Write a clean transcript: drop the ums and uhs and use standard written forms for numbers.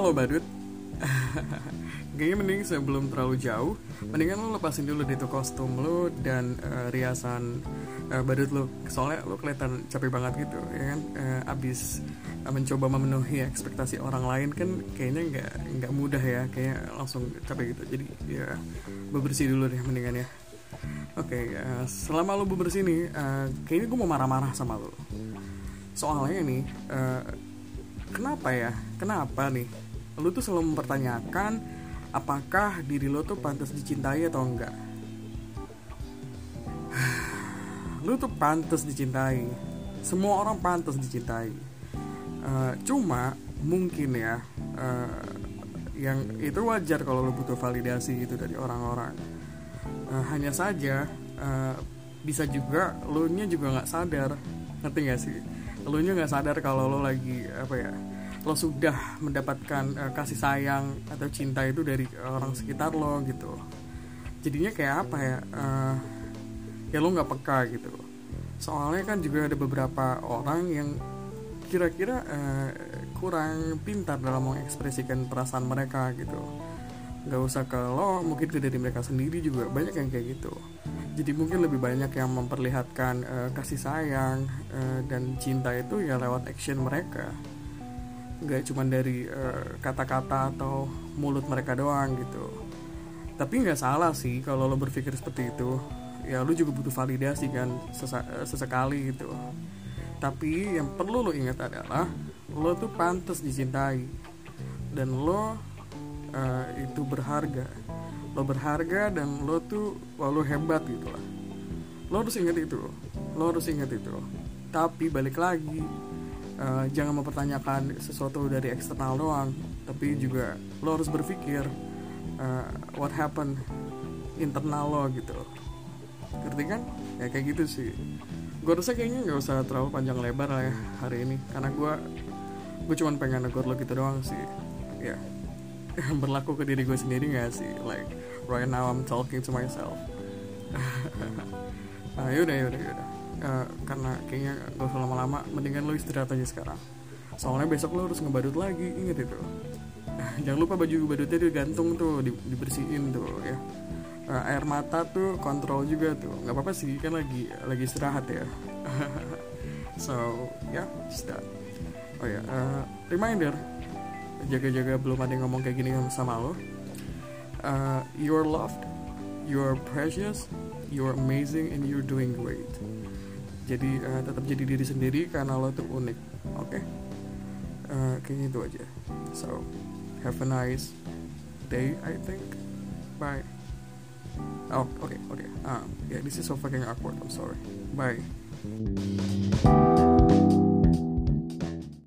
Halo badut. Kayaknya mending sebelum terlalu jauh, mendingan lo lepasin dulu deh tuh kostum lo dan riasan badut lo. Soalnya lo kelihatan capek banget gitu, ya kan? Abis mencoba memenuhi ekspektasi orang lain kan kayaknya nggak mudah ya, kayak langsung capek gitu. Jadi ya bebersih dulu deh mendingan ya. Oke, selama lo bebersih nih, kayaknya gue mau marah-marah sama lo. Soalnya nih, kenapa nih lu tuh selalu mempertanyakan apakah diri lo tuh pantas dicintai atau enggak. Lu tuh pantas dicintai, semua orang pantas dicintai. Cuma mungkin ya, yang itu wajar kalau lo butuh validasi gitu dari orang-orang. Hanya saja bisa juga lo nya juga nggak sadar, ngerti nggak sih? Lo nya nggak sadar kalau lo lagi lo sudah mendapatkan kasih sayang atau cinta itu dari orang sekitar lo gitu. Jadinya kayak apa ya, ya lo nggak peka gitu. Soalnya kan juga ada beberapa orang yang kira-kira kurang pintar dalam mengekspresikan perasaan mereka gitu. Nggak usah ke lo, mungkin ke diri mereka sendiri juga banyak yang kayak gitu. Jadi mungkin lebih banyak yang memperlihatkan kasih sayang dan cinta itu ya lewat action mereka, nggak cuma dari kata-kata atau mulut mereka doang gitu. Tapi nggak salah sih kalau lo berpikir seperti itu. Ya lo juga butuh validasi kan sesekali gitu. Tapi yang perlu lo ingat adalah lo tuh pantas dicintai dan lo itu berharga. Lo berharga dan lo tuh lo hebat gitu lah. Lo harus ingat itu. Tapi balik lagi, jangan mempertanyakan sesuatu dari eksternal doang, tapi juga lo harus berpikir what happened internal lo gitu. Ngerti kan? Ya kayak gitu sih. Gue rasa kayaknya nggak usah terlalu panjang lebar lah ya hari ini, karena gue cuma pengen negor lo gitu doang sih. Ya berlaku ke diri gue sendiri nggak sih? Like right now I'm talking to myself. Yaudah. Karena kayaknya gak usah lama-lama, mendingan lo istirahat aja sekarang. Soalnya besok lo harus ngebadut lagi, inget itu. Jangan lupa baju badutnya digantung tuh, dibersihin tuh ya. Air mata tuh kontrol juga tuh. Nggak apa-apa sih, kan lagi istirahat ya. So just that. Oh ya, reminder, jaga-jaga belum ada yang ngomong kayak gini sama lo. You're loved, you're precious, you're amazing, and you're doing great. Jadi tetap jadi diri sendiri karena lo tuh unik. Oke? Kayaknya itu aja. So have a nice day, I think. Bye. Okay. Yeah, this is so fucking awkward. I'm sorry. Bye.